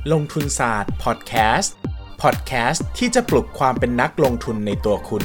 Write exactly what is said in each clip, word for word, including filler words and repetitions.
ลงทุนศาสตร์พอดแคสต์พอดแคสต์ที่จะปลุกความเป็นนักลงทุนในตัวคุณ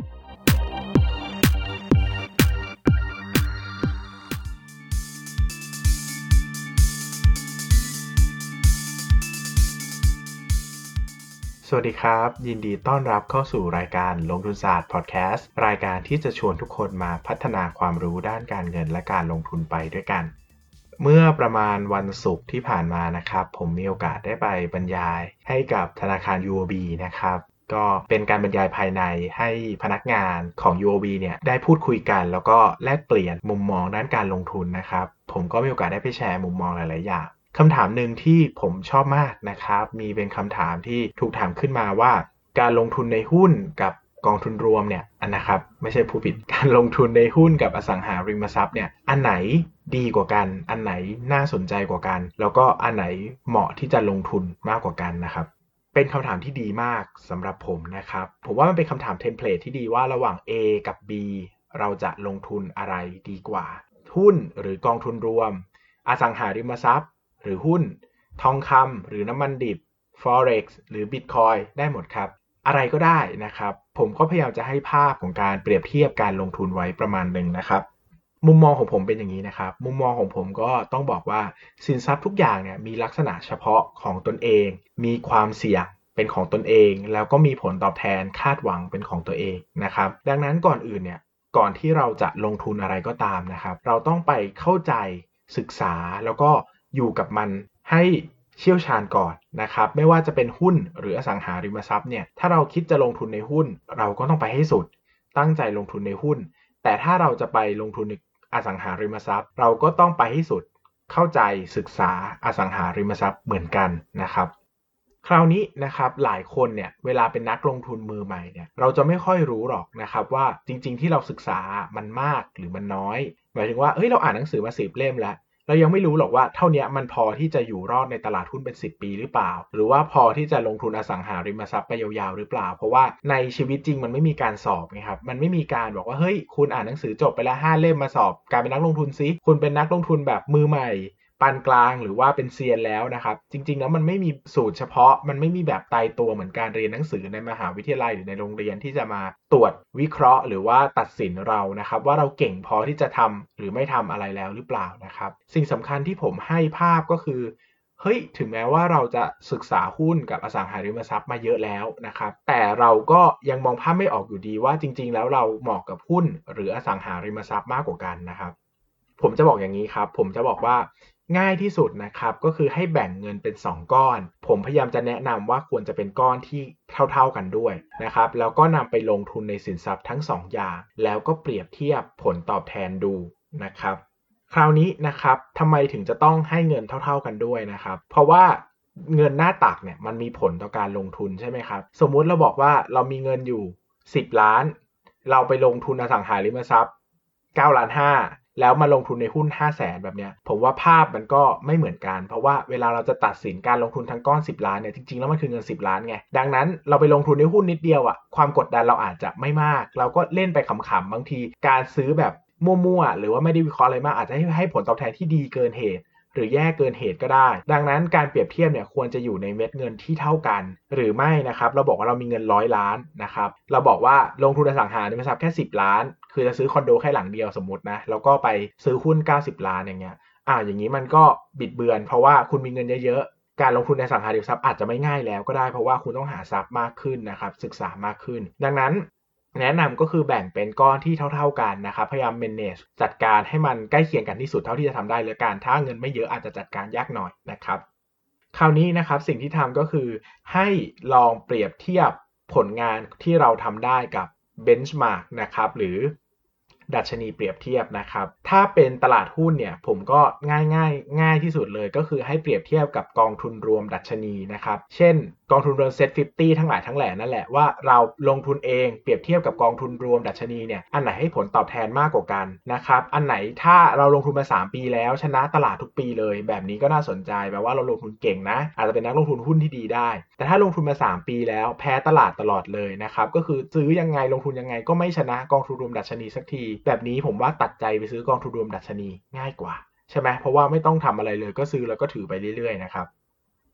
สวัสดีครับยินดีต้อนรับเข้าสู่รายการลงทุนศาสตร์พอดแคสต์รายการที่จะชวนทุกคนมาพัฒนาความรู้ด้านการเงินและการลงทุนไปด้วยกันเมื่อประมาณวันศุกร์ที่ผ่านมานะครับผมมีโอกาสได้ไปบรรยายให้กับธนาคาร ยู โอ บี นะครับก็เป็นการบรรยายภายในให้พนักงานของ ยู โอ บี เนี่ยได้พูดคุยกันแล้วก็แลกเปลี่ยนมุมมองด้านการลงทุนนะครับผมก็มีโอกาสได้ไปแชร์มุมมองหลายๆอย่างคำถามหนึ่งที่ผมชอบมากนะครับมีเป็นคำถามที่ถูกถามขึ้นมาว่าการลงทุนในหุ้นกับกองทุนรวมเนี่ยอันนะครับไม่ใช่ผู้ผิดการลงทุนในหุ้นกับอสังหาริมทรัพย์เนี่ยอันไหนดีกว่ากันอันไหนน่าสนใจกว่ากันแล้วก็อันไหนเหมาะที่จะลงทุนมากกว่ากันนะครับเป็นคำถามที่ดีมากสำหรับผมนะครับผมว่ามันเป็นคำถามเทมเพลตที่ดีว่าระหว่าง A กับ B เราจะลงทุนอะไรดีกว่าหุ้นหรือกองทุนรวมอสังหาริมทรัพย์หรือหุ้นทองคำหรือน้ำมันดิบ Forex หรือ Bitcoin ได้หมดครับอะไรก็ได้นะครับผมก็พยายามจะให้ภาพของการเปรียบเทียบการลงทุนไว้ประมาณหนึ่งนะครับมุมมองของผมเป็นอย่างนี้นะครับมุมมองของผมก็ต้องบอกว่าสินทรัพย์ทุกอย่างเนี่ยมีลักษณะเฉพาะของตนเองมีความเสี่ยงเป็นของตนเองแล้วก็มีผลตอบแทนคาดหวังเป็นของตัวเองนะครับดังนั้นก่อนอื่นเนี่ยก่อนที่เราจะลงทุนอะไรก็ตามนะครับเราต้องไปเข้าใจศึกษาแล้วก็อยู่กับมันให้เชี่ยวชาญก่อนนะครับไม่ว่าจะเป็นหุ้นหรืออสังหาริมทรัพย์เนี่ยถ้าเราคิดจะลงทุนในหุ้นเราก็ต้องไปให้สุดตั้งใจลงทุนในหุ้นแต่ถ้าเราจะไปลงทุนในอสังหาริมทรัพย์เราก็ต้องไปให้สุดเข้าใจศึกษาอสังหาริมทรัพย์เหมือนกันนะครับคราวนี้นะครับหลายคนเนี่ยเวลาเป็นนักลงทุนมือใหม่เนี่ยเราจะไม่ค่อยรู้หรอกนะครับว่าจริงๆที่เราศึกษามันมากหรือมันน้อยหมายถึงว่าเฮ้ยเราอ่านหนังสือมาสิบเล่มแล้วเรายังไม่รู้หรอกว่าเท่านี้มันพอที่จะอยู่รอดในตลาดหุ้นเป็นสิบปีหรือเปล่าหรือว่าพอที่จะลงทุนอสังหาริมทรัพย์ไปยาวๆหรือเปล่าเพราะว่าในชีวิตจริงมันไม่มีการสอบไงครับมันไม่มีการบอกว่าเฮ้ยคุณอ่านหนังสือจบไปแล้วห้าเล่มมาสอบการเป็นนักลงทุนซิคุณเป็นนักลงทุนแบบมือใหม่ปานกลางหรือว่าเป็นเซียนแล้วนะครับจริงๆแล้วมันไม่มีสูตรเฉพาะมันไม่มีแบบตายตัวเหมือนการเรียนหนังสือในมหาวิทยาลัยหรือในโรงเรียนที่จะมาตรวจวิเคราะห์หรือว่าตัดสินเรานะครับว่าเราเก่งพอที่จะทำหรือไม่ทำอะไรแล้วหรือเปล่านะครับสิ่งสำคัญที่ผมให้ภาพก็คือเฮ้ยถึงแม้ว่าเราจะศึกษาหุ้นกับอสังหาริมทรัพย์มาเยอะแล้วนะครับแต่เราก็ยังมองภาพไม่ออกอยู่ดีว่าจริงๆแล้วเราเหมาะกับหุ้นหรืออสังหาริมทรัพย์มากกว่ากันนะครับผมจะบอกอย่างนี้ครับผมจะบอกว่าง่ายที่สุดนะครับก็คือให้แบ่งเงินเป็นสองก้อนผมพยายามจะแนะนำว่าควรจะเป็นก้อนที่เท่าๆกันด้วยนะครับแล้วก็นำไปลงทุนในสินทรัพย์ทั้งสองอย่างแล้วก็เปรียบเทียบผลตอบแทนดูนะครับคราวนี้นะครับทำไมถึงจะต้องให้เงินเท่าๆกันด้วยนะครับเพราะว่าเงินหน้าตักเนี่ยมันมีผลต่อการลงทุนใช่ไหมครับสมมุติเราบอกว่าเรามีเงินอยู่สิบล้านเราไปลงทุนอสังหาริมทรัพย์เก้าล้านห้าแล้วมาลงทุนในหุ้น ห้าแสน แบบเนี้ยผมว่าภาพมันก็ไม่เหมือนกันเพราะว่าเวลาเราจะตัดสินการลงทุนทั้งก้อนสิบล้านเนี่ยจริงๆแล้วมันคือเงินสิบล้านไงดังนั้นเราไปลงทุนในหุ้นนิดเดียวอ่ะความกดดันเราอาจจะไม่มากเราก็เล่นไปขำๆบางทีการซื้อแบบมั่วๆหรือว่าไม่ได้วิเคราะห์อะไรมากอาจจะให้ให้ผลตอบแทนที่ดีเกินเหตุหรือแย่เกินเหตุก็ได้ดังนั้นการเปรียบเทียบเนี่ยควรจะอยู่ในเม็ดเงินที่เท่ากันหรือไม่นะครับเราบอกว่าเรามีเงินร้อยล้านนะครับเราบอกว่าลงทุนอสังหาริมทรัพย์แค่สิบล้านคือจะซื้อคอนโดแค่หลังเดียวสมมุตินะแล้วก็ไปซื้อหุ้นเก้าสิบล้านอย่างเงี้ยอ่าอย่างนี้มันก็บิดเบือนเพราะว่าคุณมีเงินเยอะๆการลงทุนในอสังหาริมทรัพย์อาจจะไม่ง่ายแล้วก็ได้เพราะว่าคุณต้องหาทรัพย์มากขึ้นนะครับศึกษามากขึ้นดังนั้นแนะนำก็คือแบ่งเป็นก้อนที่เท่าๆกันนะครับพยายาม manage จัดการให้มันใกล้เคียงกันที่สุดเท่าที่จะทำได้เลยการถ้าเงินไม่เยอะอาจจะจัดการยากหน่อยนะครับคราวนี้นะครับสิ่งที่ทำก็คือให้ลองเปรียบเทียบผลงานที่เราทำได้กับ benchmark นะครับหรือดัชนีเปรียบเทียบนะครับถ้าเป็นตลาดหุ้นเนี่ยผมก็ง่ายง่ายง่ายที่สุดเลยก็คือให้เปรียบเทียบกับกองทุนรวมดัชนีนะครับเช่นกองทุนรวม เซ็ต ห้าสิบ ทั้งหลายทั้งแหล่นั่นแหละว่าเราลงทุนเองเปรียบเทียบกับกองทุนรวมดัชนีเนี่ยอันไหนให้ผลตอบแทนมากกว่ากันนะครับอันไหนถ้าเราลงทุนมาสามปีแล้วชนะตลาดทุกปีเลยแบบนี้ก็น่าสนใจแปลว่าเราลงทุนเก่งนะอาจจะเป็นนักลงทุนหุ้นที่ดีได้แต่ถ้าลงทุนมาสามปีแล้วแพ้ตลาดตลอดเลยนะครับก็คือซื้อยังไงลงทุนยังไงก็ไม่ชนะกองทุนรวมดัชนีสักทีแบบนี้ผมว่าตัดใจไปซื้อกองทุนรวมดัชนีง่ายกว่าใช่ไหมเพราะว่าไม่ต้องทำอะไรเลยก็ซื้อแล้วก็ถือไปเรื่อยๆนะครับ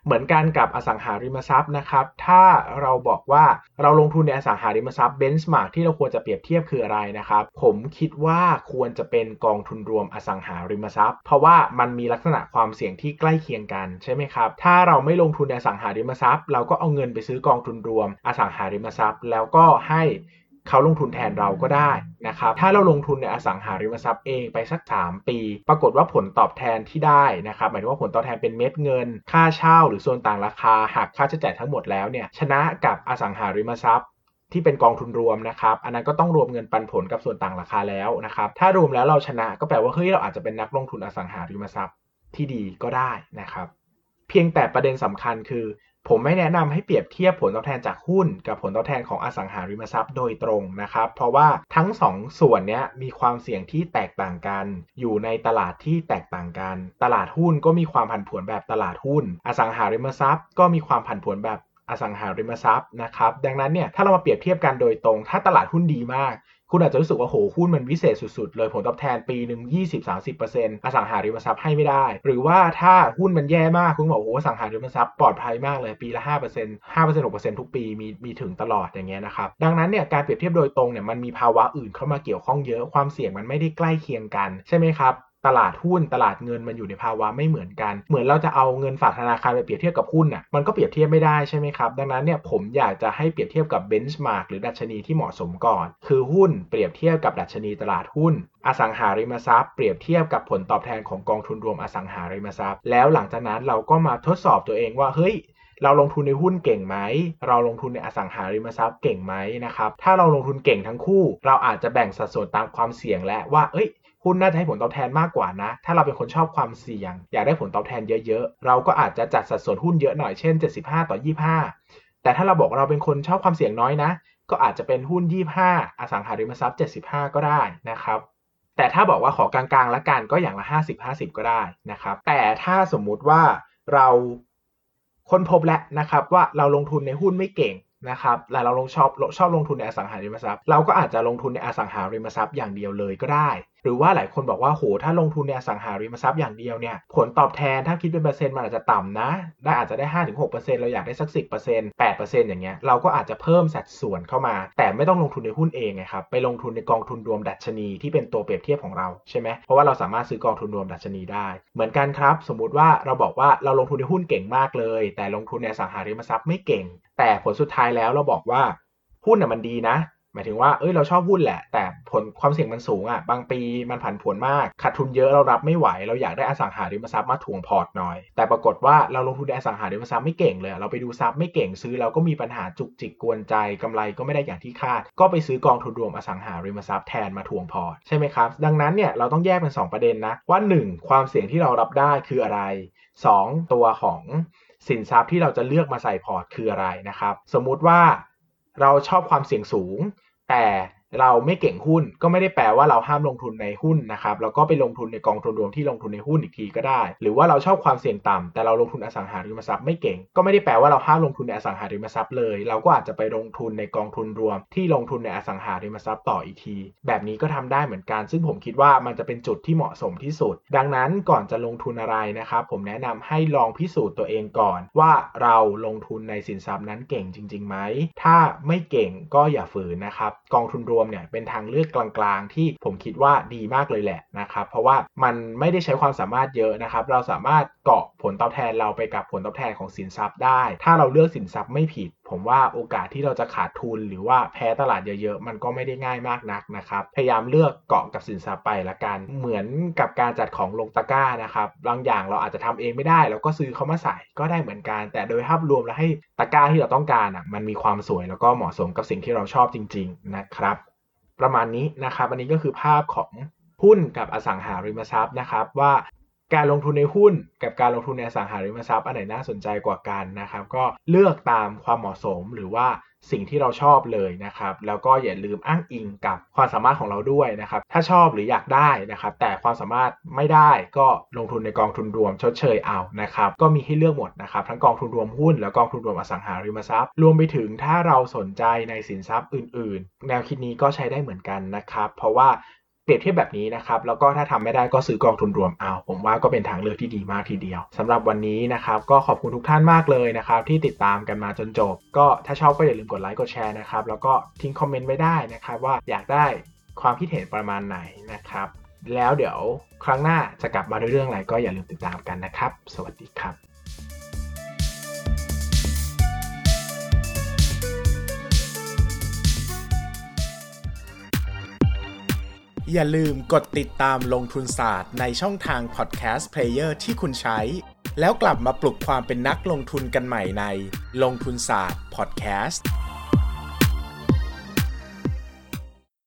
เหมือนกันกับอสังหาริมทรัพย์นะครับถ้าเราบอกว่าเราลงทุนในอสังหาริมทรัพย์เบนช์มาร์กที่เราควรจะเปรียบเทียบคืออะไรนะครับผมคิดว่าควรจะเป็นกองทุนรวมอสังหาริมทรัพย์เพราะว่ามันมีลักษณะความเสี่ยงที่ใกล้เคียงกันใช่ไหมครับถ้าเราไม่ลงทุนในอสังหาริมทรัพย์เราก็เอาเงินไปซื้อกองทุนรวมอสังหาริมทรัพย์แล้วก็ให้เขาลงทุนแทนเราก็ได้นะครับถ้าเราลงทุนในอสังหาริมทรัพย์เองไปสักสามปีปรากฏว่าผลตอบแทนที่ได้นะครับหมายถึงว่าผลตอบแทนเป็นเม็ดเงินค่าเช่าหรือส่วนต่างราคาหักค่าใช้จ่ายทั้งหมดแล้วเนี่ยชนะกับอสังหาริมทรัพย์ที่เป็นกองทุนรวมนะครับอันนั้นก็ต้องรวมเงินปันผลกับส่วนต่างราคาแล้วนะครับถ้ารวมแล้วเราชนะก็แปลว่าเฮ้ยเราอาจจะเป็นนักลงทุนอสังหาริมทรัพย์ที่ดีก็ได้นะครับเพียงแต่ประเด็นสำคัญคือผมไม่แนะนำให้เปรียบเทียบผลตอบแทนจากหุ้นกับผลตอบแทนของอสังหาริมทรัพย์โดยตรงนะครับเพราะว่าทั้งสองส่วนนี้มีความเสี่ยงที่แตกต่างกันอยู่ในตลาดที่แตกต่างกันตลาดหุ้นก็มีความผันผวนแบบตลาดหุ้นอสังหาริมทรัพย์ก็มีความผันผวนแบบอสังหาริมทรัพย์นะครับดังนั้นเนี่ยถ้าเรามาเปรียบเทียบกันโดยตรงถ้าตลาดหุ้นดีมากคุณอาจจะรู้สึกว่าโหหุ้นมันวิเศษสุดๆเลยผลตอบแทนปีหนึ่ง ยี่สิบถึงสามสิบเปอร์เซ็นต์ อสังหาริมทรัพย์ให้ไม่ได้หรือว่าถ้าหุ้นมันแย่มากคุณบอกโอ้อสังหาริมทรัพย์ปลอดภัยมากเลยปีละ ห้าเปอร์เซ็นต์ ห้าเปอร์เซ็นต์ หกเปอร์เซ็นต์ ทุกปีมีมีถึงตลอดอย่างเงี้ยนะครับดังนั้นเนี่ยการเปรียบเทียบโดยตรงเนี่ยมันมีภาวะอื่นเข้ามาเกี่ยวข้องเยอะความเสี่ยงมันไม่ได้ใกล้เคียงกันใช่ไหมครับตลาดหุ้นตลาดเงินมันอยู่ในภาวะไม่เหมือนกันเหมือนเราจะเอาเงินฝากธนาคารไปเปรียบเทียบกับหุ้นน่ะมันก็เปรียบเทียบไม่ได้ใช่ไหมครับดังนั้นเนี่ยผมอยากจะให้เปรียบเทียบกับเบนช์มาร์กหรือดัชนีที่เหมาะสมก่อนคือหุ้นเปรียบเทียบกับดัชนีตลาดหุ้นอสังหาริมทรัพย์เปรียบเทียบกับผลตอบแทนของกองทุนรวมอสังหาริมทรัพย์แล้วหลังจากนั้นเราก็มาทดสอบตัวเองว่าเฮ้ยเราลงทุนในหุ้นเก่งไหมเราลงทุนในอสังหาริมทรัพย์เก่งไหมนะครับถ้าเราลงทุนเก่งทั้งคู่เราอาจจะแบ่งสัดส่วนตามความเสี่ยงและว่าเอ้ยหุ้นน่าจะให้ผลตอบแทนมากกว่านะถ้าเราเป็นคนชอบความเสี่ยงอยากได้ผลตอบแทนเยอะๆเราก็อาจจะจัดสัดส่วนหุ้นเยอะหน่อยเช่นเจ็ดสิบห้าต่อยี่สิบห้าแต่ถ้าเราบอกเราเป็นคนชอบความเสี่ยงน้อยนะก็อาจจะเป็นหุ้นยี่สิบห้าอสังหาริมทรัพย์เจ็ดสิบห้าก็ได้นะครับแต่ถ้าบอกว่าขอกลางๆละกันก็อย่างละห้าสิบ ห้าสิบก็ได้นะครับแต่ถ้าสมมุติว่าเราค้นพบแล้วนะครับว่าเราลงทุนในหุ้นไม่เก่งนะครับแล้วเราลงชอบชอบลงทุนในอสังหาริมทรัพย์เราก็อาจจะลงทุนในอสังหาริมทรัพย์อย่างเดียวเลยก็ได้หรือว่าหลายคนบอกว่าโหถ้าลงทุนในอสังหาริมทรัพย์อย่างเดียวเนี่ยผลตอบแทนถ้าคิดเป็นเปอร์เซ็นต์มันอาจจะต่ำนะได้อาจจะได้ ห้าถึงหกเปอร์เซ็นต์ เราอยากได้สัก สิบเปอร์เซ็นต์ แปดเปอร์เซ็นต์ อย่างเงี้ยเราก็อาจจะเพิ่มสัดส่วนเข้ามาแต่ไม่ต้องลงทุนในหุ้นเองไงครับไปลงทุนในกองทุนรวมดัชนีที่เป็นตัวเปรียบเทียบของเราใช่ไหมเพราะว่าเราสามารถซื้อกองทุนรวมดัชนีได้เหมือนกันครับสมมุติว่าเราบอกว่าเราลงทุนในหุ้นเก่งมากเลยแต่ลงทุนในอสังหาริมทรัพย์ไม่เก่งแต่ผลสุดท้ายแล้วเราบอกว่าหุ้นน่ะมันดีนะหมายถึงว่าเอ้ยเราชอบหุ้นแหละแต่ผลความเสี่ยงมันสูงอ่ะบางปีมันผันผวนมากขาดทุนเยอะเรารับไม่ไหวเราอยากได้อสังหาริมทรัพย์มาถ่วงพอร์ตหน่อยแต่ปรากฏว่าเราลงทุนในอสังหาริมทรัพย์ไม่เก่งเลยเราไปดูซับไม่เก่งซื้อเราก็มีปัญหาจุกจิกกวนใจกำไรก็ไม่ได้อย่างที่คาดก็ไปซื้อกองทุนรวมอสังหาริมทรัพย์แทนมาถ่วงพอร์ตใช่ไหมครับดังนั้นเนี่ยเราต้องแยกเป็นสองประเด็นนะว่าหนึ่งความเสี่ยงที่เรารับได้คืออะไรสองตัวของสินทรัพย์ที่เราจะเลือกมาใส่พอร์ตคืออะไรนะครับสมมุติว่าเราชอบความเสี่ยงสูงแต่เราไม่เก่งหุ้นก็ไม่ได้แปลว่าเราห้ามลงทุนในหุ้นนะครับแล้วก็ไปลงทุนในกองทุนรวมที่ลงทุนในหุ้นอีกทีก็ได้หรือว่าเราชอบความเสี่ยงต่ำแต่เราลงทุนอสังหาริมทรัพย์ไม่เก่งก็ไม่ได้แปลว่าเราห้ามลงทุนในอสังหาริมทรัพย์เลยเราก็อาจจะไปลงทุนในกองทุนรวมที่ลงทุนในอสังหาริมทรัพย์ต่ออีกทีแบบนี้ก็ทำได้เหมือนกันซึ่งผมคิดว่ามันจะเป็นจุดที่เหมาะสมที่สุดดังนั้นก่อนจะลงทุนอะไรนะครับผมแนะนำให้ลองพิสูจน์ตัวเองก่อนว่าเราลงทุนในสินทรัพย์นั้นเก่งจริงๆไหมถ้าไม่เก่งก็อย่าฝืนนะครับกองทุนรวมเนี่ยเป็นทางเลือกกลางๆที่ผมคิดว่าดีมากเลยแหละนะครับเพราะว่ามันไม่ได้ใช้ความสามารถเยอะนะครับเราสามารถเกาะผลตอบแทนเราไปกับผลตอบแทนของสินทรัพย์ได้ถ้าเราเลือกสินทรัพย์ไม่ผิดผมว่าโอกาสที่เราจะขาดทุนหรือว่าแพ้ตลาดเยอะๆมันก็ไม่ได้ง่ายมากนักนะครับพยายามเลือกเกาะกับสินทรัพย์ไปละกันเหมือนกับการจัดของลงตะกร้านะครับบางอย่างเราอาจจะทำเองไม่ได้เราก็ซื้อเขามาใส่ก็ได้เหมือนกันแต่โดยภาพรวมแล้วให้ตะกร้าที่เราต้องการอ่ะมันมีความสวยแล้วก็เหมาะสมกับสิ่งที่เราชอบจริงๆนะครับประมาณนี้นะครับอันนี้ก็คือภาพของหุ้นกับอสังหาริมทรัพย์นะครับว่าการลงทุนในหุ้นกับการลงทุนในอสังหาริมทรัพย์อันไหนน่าสนใจกว่ากันนะครับก็เลือกตามความเหมาะสมหรือว่าสิ่งที่เราชอบเลยนะครับแล้วก็อย่าลืมอ้างอิงกับความสามารถของเราด้วยนะครับถ้าชอบหรืออยากได้นะครับแต่ความสามารถไม่ได้ก็ลงทุนในกองทุนรวมชดเชยเอานะครับก็มีให้เลือกหมดนะครับทั้งกองทุนรวมหุ้นและกองทุนรวมอสังหาริมทรัพย์รวมไปถึงถ้าเราสนใจในสินทรัพย์อื่นๆแนวคิดนี้ก็ใช้ได้เหมือนกันนะครับเพราะว่าเปรียบเทียบแบบนี้นะครับแล้วก็ถ้าทำไม่ได้ก็ซื้อกองทุนรวมเอาผมว่าก็เป็นทางเลือกที่ดีมากทีเดียวสำหรับวันนี้นะครับก็ขอบคุณทุกท่านมากเลยนะครับที่ติดตามกันมาจนจบก็ถ้าชอบก็อย่าลืมกดไลค์กดแชร์นะครับแล้วก็ทิ้งคอมเมนต์ไว้ได้นะครับว่าอยากได้ความคิดเห็นประมาณไหนนะครับแล้วเดี๋ยวครั้งหน้าจะกลับมาด้วยเรื่องอะไรก็อย่าลืมติดตามกันนะครับสวัสดีครับอย่าลืมกดติดตามลงทุนศาสตร์ในช่องทางพอดแคสต์เพลเยอร์ที่คุณใช้แล้วกลับมาปลุกความเป็นนักลงทุนกันใหม่ในลงทุนศาสตร์พอดแคสต์